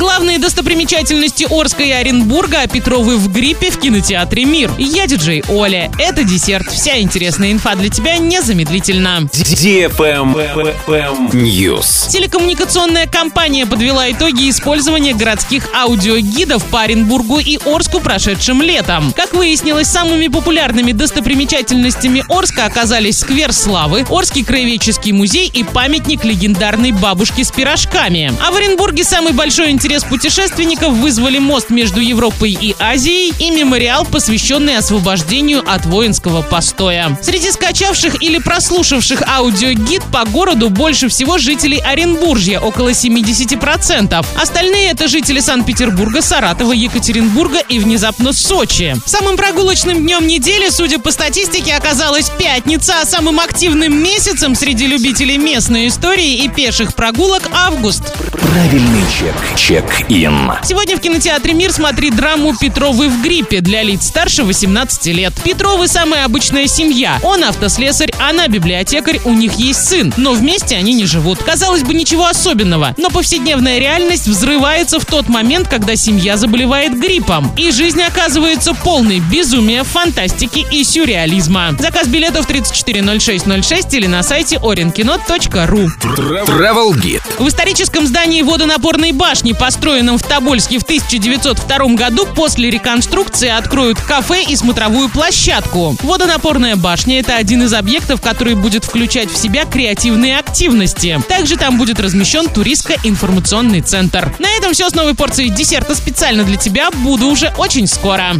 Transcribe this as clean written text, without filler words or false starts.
Главные достопримечательности Орска и Оренбурга, а Петровы в гриппе в кинотеатре «Мир». Я диджей Оля. Это десерт. Вся интересная инфа для тебя незамедлительно. News. Телекоммуникационная компания подвела итоги использования городских аудиогидов по Оренбургу и Орску прошедшим летом. Как выяснилось, самыми популярными достопримечательностями Орска оказались сквер Славы, Орский краеведческий музей и памятник легендарной бабушке с пирожками. А в Оренбурге самый большой интерес путешественников вызвали мост между Европой и Азией и мемориал, посвященный освобождению от воинского постоя. Среди скачавших или прослушавших аудиогид по городу больше всего жителей Оренбуржья, около 70%. Остальные — это жители Санкт-Петербурга, Саратова, Екатеринбурга и внезапно Сочи. Самым прогулочным днем недели, судя по статистике, оказалась пятница, а самым активным месяцем среди любителей местной истории и пеших прогулок — август. Правильный чек. Чек-ин. Сегодня в кинотеатре «Мир» смотри драму «Петровы в гриппе» для лиц старше 18 лет. Петровы — самая обычная семья. Он автослесарь, она библиотекарь, у них есть сын, но вместе они не живут. Казалось бы, ничего особенного, но повседневная реальность взрывается в тот момент, когда семья заболевает гриппом. И жизнь оказывается полной безумия, фантастики и сюрреализма. Заказ билетов 340606 или на сайте orinkino.ru. Travel Guide. В историческом здании водонапорной башни, построенном в Тобольске в 1902 году, после реконструкции откроют кафе и смотровую площадку. Водонапорная башня — это один из объектов, который будет включать в себя креативные активности. Также там будет размещен туристско-информационный центр. На этом все с новой порцией десерта специально для тебя. Буду уже очень скоро.